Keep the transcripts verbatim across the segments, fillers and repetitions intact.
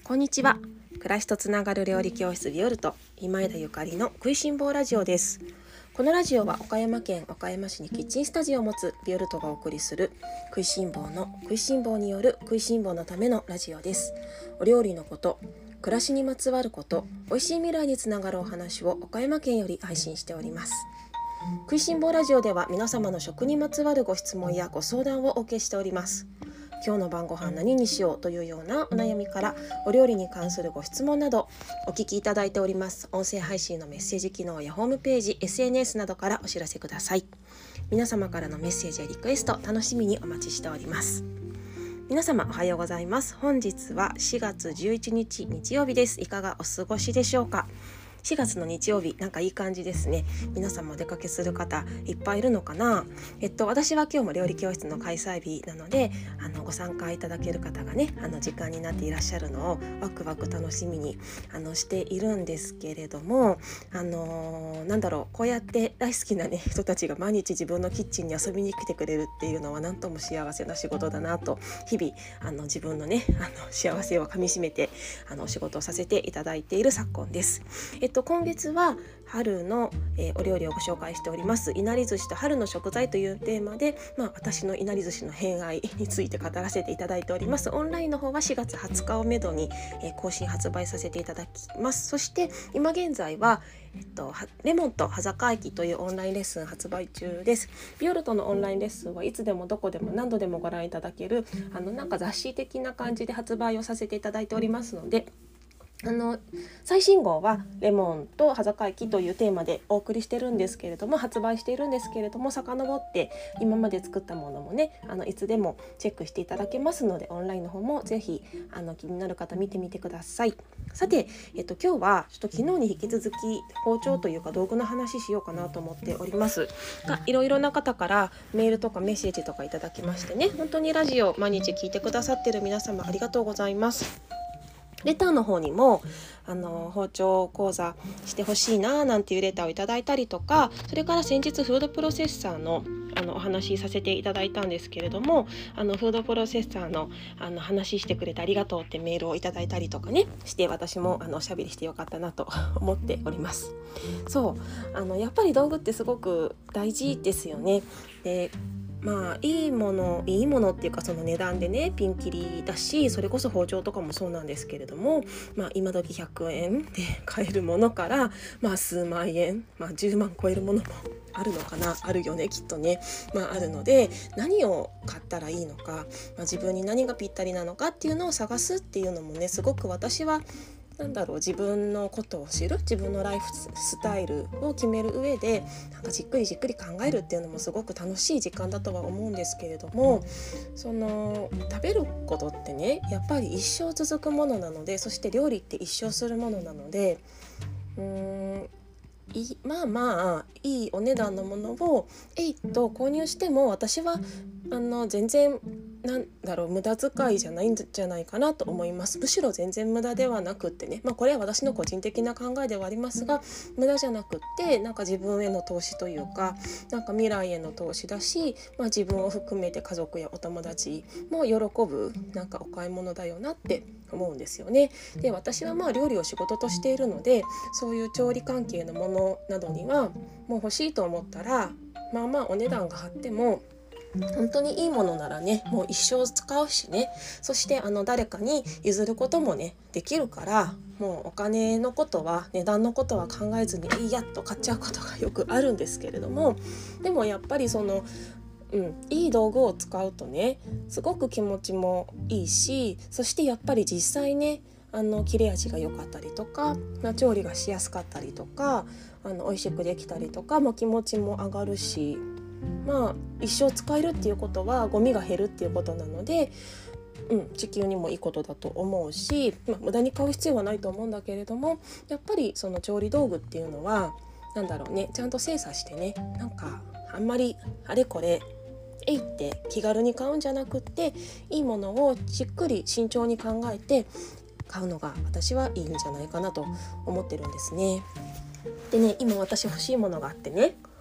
こんにちは。暮らしとつながる料理教室ビオルト今枝ゆかりの食いしん坊ラジオです。このラジオは岡山県岡山市にキッチンスタジオを持つビオルトがお送りする食いしん坊の食いしん坊による食いしん坊のためのラジオです。お料理のこと、暮らしにまつわること、美味しい未来につながるお話を岡山県より配信しております。食いしん坊ラジオでは皆様の食にまつわるご質問やご相談をお受けしております。今日の晩ご飯何にしようというようなお悩みからお料理に関するご質問などお聞きいただいております。音声配信のメッセージ機能やホームページ エスエヌエス などからお知らせください。皆様からのメッセージやリクエスト楽しみにお待ちしております。皆様おはようございます。本日はしがつじゅういちにち日曜日です。いかがお過ごしでしょうか。しがつの日曜日、なんかいい感じですね。皆様お出かけする方いっぱいいるのかな。えっと私は今日も料理教室の開催日なので、あのご参加いただける方がね、あの時間になっていらっしゃるのをワクワク楽しみにあのしているんですけれども、あのー、なんだろう、こうやって大好きなね人たちが毎日自分のキッチンに遊びに来てくれるっていうのはなんとも幸せな仕事だなと日々あの自分のねあの幸せをかみしめてあのお仕事をさせていただいている昨今です。えっと今月は春の、えー、お料理をご紹介しております。いなり寿司と春の食材というテーマで、まあ、私のいなり寿司の偏愛について語らせていただいております。オンラインの方はしがつはつかをめどに、えー、更新発売させていただきます。そして今現在は、えっと、レモンと羽坂駅というオンラインレッスン発売中です。ビオルトのオンラインレッスンはいつでもどこでも何度でもご覧いただけるあのなんか雑誌的な感じで発売をさせていただいておりますので、あの最新号はレモンと羽坂駅というテーマでお送りしてるんですけれども、発売しているんですけれども、遡って今まで作ったものもね、あのいつでもチェックしていただけますので、オンラインの方もぜひあの気になる方見てみてください。さて、えっと、今日はちょっと昨日に引き続き包丁というか道具の話しようかなと思っておりますが、いろいろな方からメールとかメッセージとかいただきましてね、本当にラジオ毎日聞いてくださってる皆様ありがとうございます。レターの方にもあの包丁講座してほしいななんていうレターをいただいたりとか、それから先日フードプロセッサーのあのお話しさせていただいたんですけれども、あのフードプロセッサーのあの話してくれてありがとうってメールをいただいたりとかねして、私もあのおしゃべりしてよかったなと思っております。そうあのやっぱり道具ってすごく大事ですよね。でまあいいものいいものっていうか、その値段でねピンキリだし、それこそ包丁とかもそうなんですけれども、まあ今時ひゃくえんで買えるものから、まあ数万円、まあじゅうまん超えるものもあるのかな、あるよねきっとね、まああるので、何を買ったらいいのか、まあ、自分に何がぴったりなのかっていうのを探すっていうのもね、すごく私はなんだろう、自分のことを知る、自分のライフスタイルを決める上でなんかじっくりじっくり考えるっていうのもすごく楽しい時間だとは思うんですけれども、その食べることってねやっぱり一生続くものなので、そして料理って一生するものなので、うーんいまあまあいいお値段のものをえいっと購入しても、私はあの全然なんだろう無駄遣いじゃないんじゃないかなと思います。むしろ全然無駄ではなくってね、まあこれは私の個人的な考えではありますが、無駄じゃなくって、なんか自分への投資というか、なんか未来への投資だし、まあ、自分を含めて家族やお友達も喜ぶなんかお買い物だよなって思うんですよね。で私はまあ料理を仕事としているので、そういう調理関係のものなどにはもう欲しいと思ったら、まあまあお値段が張っても本当にいいものならねもう一生使うしね、そしてあの誰かに譲ることもねできるから、もうお金のことは値段のことは考えずにいいやっと買っちゃうことがよくあるんですけれども、でもやっぱりそのうん、いい道具を使うとねすごく気持ちもいいし、そしてやっぱり実際ねあの切れ味が良かったりとか、まあ、調理がしやすかったりとか、あの美味しくできたりとかも気持ちも上がるし、まあ一生使えるっていうことはゴミが減るっていうことなので、うん、地球にもいいことだと思うし、まあ、無駄に買う必要はないと思うんだけれども、やっぱりその調理道具っていうのはなんだろうね、ちゃんと精査してね、なんかあんまりあれこれえいって気軽に買うんじゃなくって、いいものをじっくり慎重に考えて買うのが私はいいんじゃないかなと思ってるんですね。でね、今私欲しいものがあってね、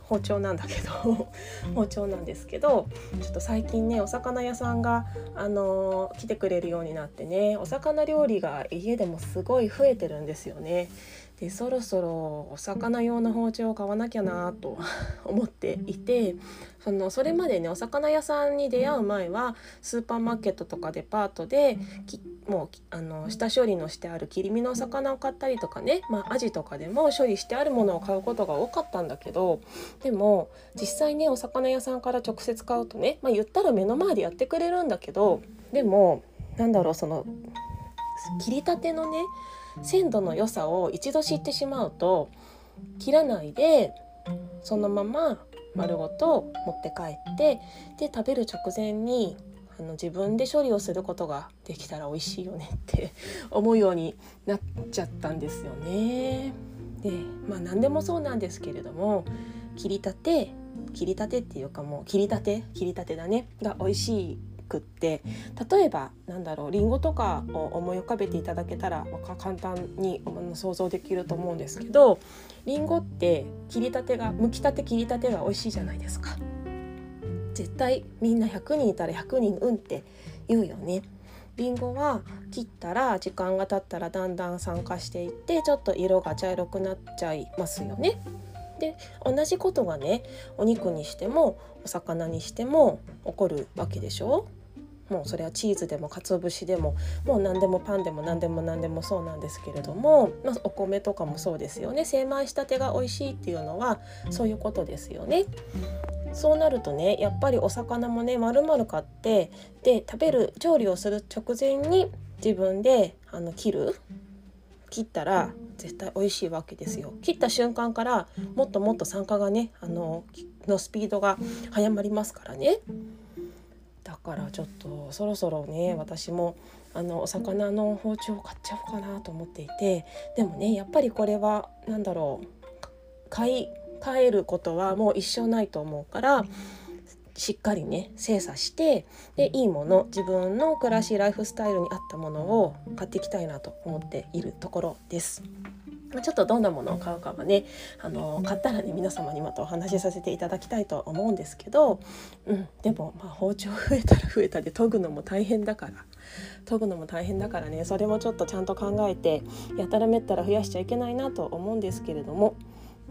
包丁なんだけど包丁なんですけど、ちょっと最近ねお魚屋さんが、あのー、来てくれるようになってね、お魚料理が家でもすごい増えてるんですよね。でそろそろお魚用の包丁を買わなきゃなと思っていて、そのそれまでねお魚屋さんに出会う前はスーパーマーケットとかデパートできもうあの下処理のしてある切り身のお魚を買ったりとかね、まあ、アジとかでも処理してあるものを買うことが多かったんだけど、でも実際ねお魚屋さんから直接買うとね、まあ、言ったら目の前でやってくれるんだけど、でもなんだろう、その切りたてのね鮮度の良さを一度知ってしまうと、切らないでそのまま丸ごと持って帰って、で食べる直前にあの自分で処理をすることができたら美味しいよねって思うようになっちゃったんですよね。で、まあ何でもそうなんですけれども、切りたて切りたてっていうかもう切りたて切りたてだねが美味しいくって、例えばなんだろう、リンゴとかを思い浮かべていただけたら簡単に想像できると思うんですけど、リンゴって切りたてが剥きたて切りたてが美味しいじゃないですか。絶対みんなひゃくにんいたらひゃくにんうんって言うよね。リンゴは切ったら時間が経ったらだんだん酸化していって、ちょっと色が茶色くなっちゃいますよね。で同じことがねお肉にしてもお魚にしても起こるわけでしょ。もうそれはチーズでも鰹節でももう何でもパンでも何でも何でもそうなんですけれども、まあ、お米とかもそうですよね。精米したてが美味しいっていうのはそういうことですよね。そうなるとねやっぱりお魚もね丸々買って、で食べる調理をする直前に自分であの切る切ったら絶対美味しいわけですよ。切った瞬間からもっともっと酸化がねあののスピードが速まりますからね。だからちょっとそろそろね私もあのお魚の包丁を買っちゃおうかなと思っていて、でもねやっぱりこれはなんだろう、買い替えることはもう一生ないと思うから、しっかりね精査して、でいいもの、自分の暮らしライフスタイルに合ったものを買っていきたいなと思っているところです。ちょっとどんなものを買うかはねあの買ったらね皆様にまたお話しさせていただきたいと思うんですけど、うん、でも、まあ、包丁増えたら増えたで研ぐのも大変だから研ぐのも大変だからね、それもちょっとちゃんと考えてやたらめったら増やしちゃいけないなと思うんですけれども、うん、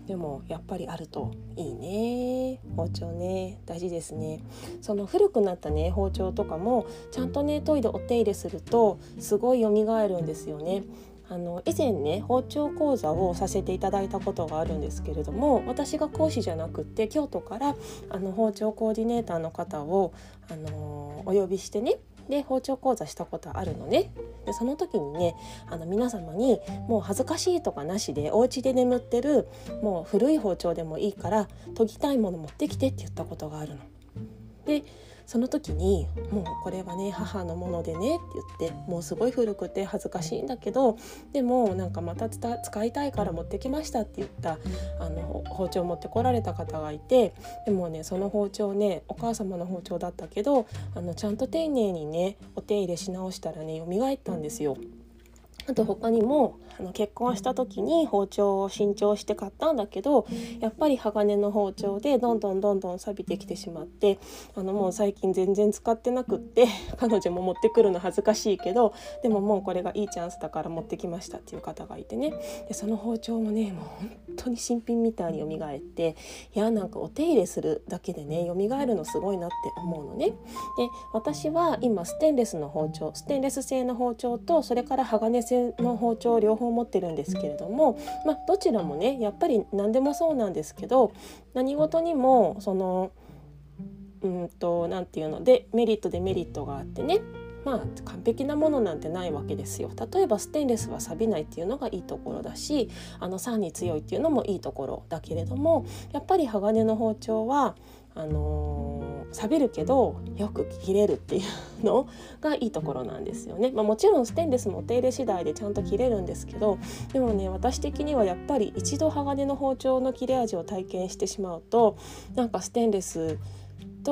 でもやっぱりあるといいね。包丁ね大事ですね。その古くなったね包丁とかもちゃんとね研いでお手入れするとすごい蘇るんですよね。あの以前ね包丁講座をさせていただいたことがあるんですけれども、私が講師じゃなくって京都からあの包丁コーディネーターの方を、あのお呼びしてね、で包丁講座したことあるのね。でその時にねあの皆様にもう恥ずかしいとかなしでお家で眠ってるもう古い包丁でもいいから研ぎたいもの持ってきてって言ったことがあるの。でその時にもうこれはね母のものでねって言って、もうすごい古くて恥ずかしいんだけどでもなんかまた使いたいから持ってきましたって言ったあの包丁を持ってこられた方がいて、でもねその包丁ねお母様の包丁だったけどあのちゃんと丁寧にねお手入れし直したらね蘇ったんですよ。あと他にもあの結婚した時に包丁を新調して買ったんだけど、やっぱり鋼の包丁でどんどんどんどん錆びてきてしまって、あのもう最近全然使ってなくって彼女も持ってくるの恥ずかしいけどでももうこれがいいチャンスだから持ってきましたっていう方がいてね、でその包丁もねもう本当に新品みたいに蘇って、いやなんかお手入れするだけでね蘇るのすごいなって思うのね。で私は今ステンレスの包丁ステンレス製の包丁とそれから鋼製の包丁を両方持ってるんですけれども、まあ、どちらもねやっぱり何でもそうなんですけど、何事にもそのうんとなんていうのでメリットデメリットがあってね、まあ完璧なものなんてないわけですよ。例えばステンレスは錆びないっていうのがいいところだし、あの酸に強いっていうのもいいところだけれども、やっぱり鋼の包丁はあのー錆びるけどよく切れるっていうのがいいところなんですよね。まあ、もちろんステンレスもお手入れ次第でちゃんと切れるんですけど、でもね私的にはやっぱり一度鋼の包丁の切れ味を体験してしまうとなんかステンレスと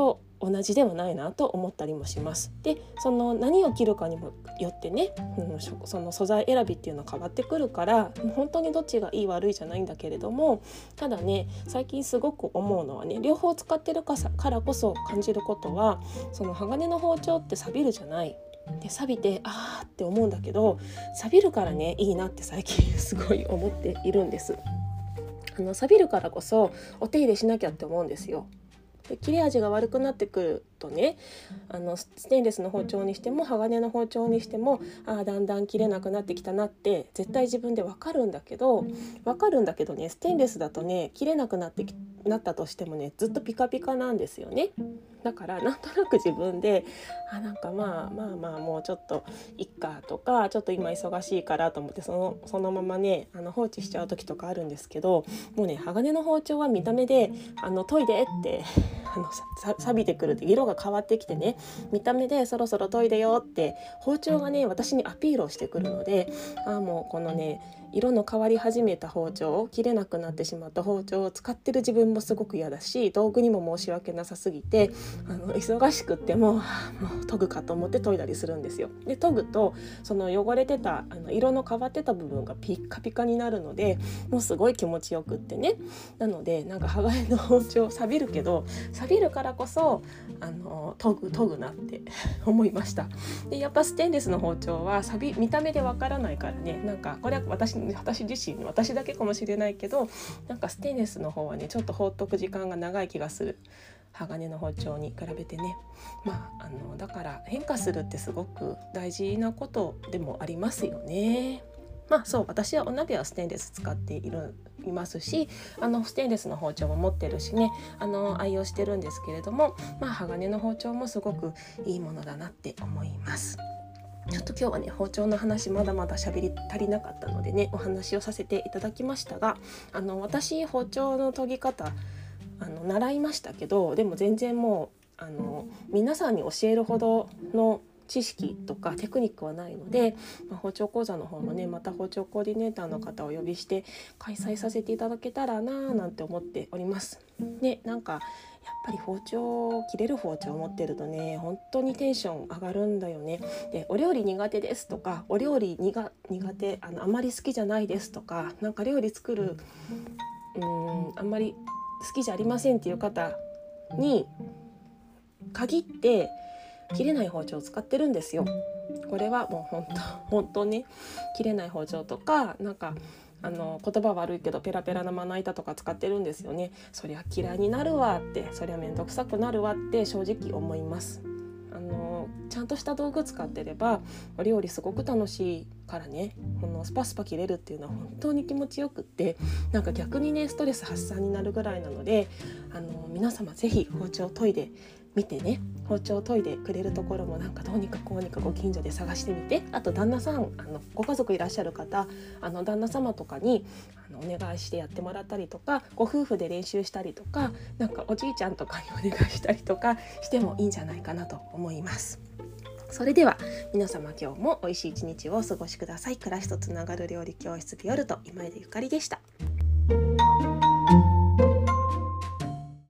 同じではないなと思ったりもします。でその何を着るかにもよってね、うん、その素材選びっていうのは変わってくるから、本当にどっちがいい悪いじゃないんだけれども、ただね最近すごく思うのはね、両方使ってるからこそ感じることは、その鋼の包丁って錆びるじゃない。で錆びてあーって思うんだけど、錆びるからねいいなって最近すごい思っているんです。あの錆びるからこそお手入れしなきゃって思うんですよ。で切れ味が悪くなってくるとね、あのステンレスの包丁にしても鋼の包丁にしても、あだんだん切れなくなってきたなって絶対自分で分かるんだけど分かるんだけどね、ステンレスだとね切れなくなってきなったとしてもねずっとピカピカなんですよね。だからなんとなく自分であなんかまあまあまあもうちょっといっかとか、ちょっと今忙しいからと思ってそのそのままねあの放置しちゃう時とかあるんですけど、もうね鋼の包丁は見た目であの研いでってあのさ錆びてくるって色が変わってきてね、見た目でそろそろ研いでよって包丁がね私にアピールをしてくるので、あもうこのね色の変わり始めた包丁、切れなくなってしまった包丁を使ってる自分もすごく嫌だし、道具にも申し訳なさすぎて、あの忙しくってももう研ぐかと思って研いだりするんですよ。で研ぐとその汚れてたあの色の変わってた部分がピッカピカになるので、もうすごい気持ちよくってね。なのでなんか鋼の包丁錆びるけど錆びるからこそあの研ぐ研ぐなって思いました。でやっぱステンレスの包丁は錆び見た目でわからないからね、なんかこれは私私自身私だけかもしれないけど、なんかステンレスの方はねちょっと放っとく時間が長い気がする、鋼の包丁に比べてね。まあ、あのだから変化するってすごく大事なことでもありますよね。まあそう私はお鍋はステンレス使っているいますし、あのステンレスの包丁も持ってるしね、あの愛用してるんですけれども、まあ鋼の包丁もすごくいいものだなって思います。ちょっと今日はね包丁の話まだまだ喋り足りなかったのでねお話をさせていただきましたが、あの私包丁の研ぎ方あの習いましたけど、でも全然もうあの皆さんに教えるほどの知識とかテクニックはないので、まあ、包丁講座の方もねまた包丁コーディネーターの方をお呼びして開催させていただけたらなぁなんて思っております。でなんかやっぱり包丁切れる包丁を持ってるとね本当にテンション上がるんだよね。でお料理苦手ですとか、お料理苦苦手あのあまり好きじゃないですとか、なんか料理作るうーんあんまり好きじゃありませんっていう方に限って切れない包丁を使ってるんですよ。これはもう本当本当ね切れない包丁とか、なんかあの言葉悪いけどペラペラなまな板とか使ってるんですよね。そりゃ嫌いになるわって、そりゃめんどくさくなるわって正直思います。あのちゃんとした道具使ってればお料理すごく楽しいからね、このスパスパ切れるっていうのは本当に気持ちよくって、なんか逆にねストレス発散になるぐらいなので、あの皆様ぜひ包丁研いでみてね、包丁を研いでくれるところもなんかどうにかこうにかご近所で探してみて、あと旦那さんあのご家族いらっしゃる方、あの旦那様とかにあのお願いしてやってもらったりとか、ご夫婦で練習したりとか、なんかおじいちゃんとかにお願いしたりとかしてもいいんじゃないかなと思います。それでは皆様今日も美味しい一日をお過ごしください。暮らしとつながる料理教室ビオルト今井でゆかりでした。